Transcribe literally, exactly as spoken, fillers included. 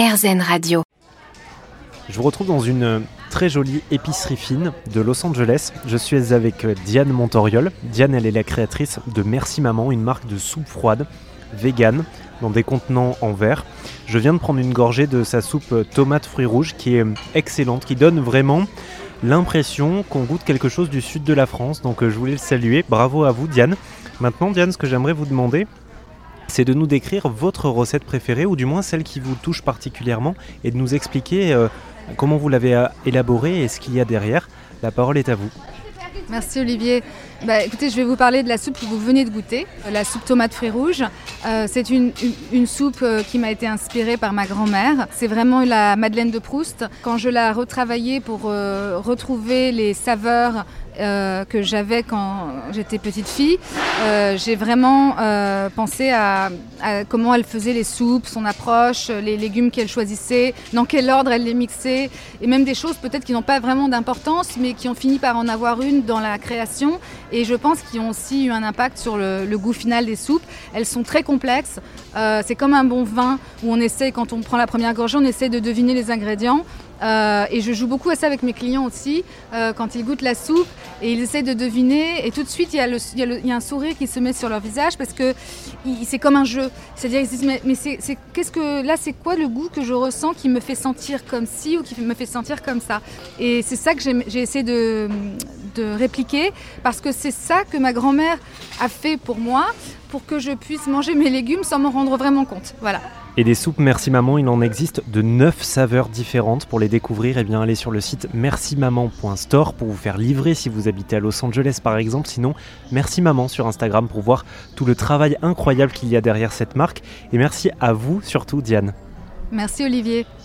AirZen Radio. Je vous retrouve dans une très jolie épicerie fine de Los Angeles. Je suis avec Diane Montoriol. Diane, elle est la créatrice de Merci Maman, une marque de soupe froide, vegan, dans des contenants en verre. Je viens de prendre une gorgée de sa soupe tomate fruits rouges qui est excellente, qui donne vraiment l'impression qu'on goûte quelque chose du sud de la France. Donc je voulais le saluer. Bravo à vous, Diane. Maintenant, Diane, ce que j'aimerais vous demander, c'est de nous décrire votre recette préférée, ou du moins celle qui vous touche particulièrement, et de nous expliquer euh, comment vous l'avez élaborée et ce qu'il y a derrière. La parole est à vous. Merci Olivier. Bah, écoutez, je vais vous parler de la soupe que vous venez de goûter, la soupe tomate fruits rouges. Euh, c'est une, une, une soupe qui m'a été inspirée par ma grand-mère. C'est vraiment la Madeleine de Proust. Quand je l'ai retravaillée pour euh, retrouver les saveurs Euh, que j'avais quand j'étais petite fille, euh, j'ai vraiment euh, pensé à, à comment elle faisait les soupes, son approche, les légumes qu'elle choisissait, dans quel ordre elle les mixait, et même des choses peut-être qui n'ont pas vraiment d'importance, mais qui ont fini par en avoir une dans la création, et je pense qu'ils ont aussi eu un impact sur le, le goût final des soupes. Elles sont très complexes, euh, c'est comme un bon vin où on essaie, quand on prend la première gorgée, on essaie de deviner les ingrédients. Euh, et je joue beaucoup à ça avec mes clients aussi, euh, quand ils goûtent la soupe et ils essaient de deviner, et tout de suite il y a, le, il y a, le, il y a un sourire qui se met sur leur visage, parce que il, c'est comme un jeu, c'est-à-dire ils se disent mais, mais c'est, c'est, qu'est-ce que, là c'est quoi le goût que je ressens qui me fait sentir comme ci ou qui me fait sentir comme ça, et c'est ça que j'ai, j'ai essayé de, de répliquer, parce que c'est ça que ma grand-mère a fait pour moi, pour que je puisse manger mes légumes sans m'en rendre vraiment compte. Voilà. Et des soupes Merci Maman, il en existe de neuf saveurs différentes. Pour les découvrir, eh bien, allez sur le site merci maman point store pour vous faire livrer si vous habitez à Los Angeles par exemple. Sinon, Merci Maman sur Instagram pour voir tout le travail incroyable qu'il y a derrière cette marque. Et merci à vous surtout, Diane. Merci Olivier.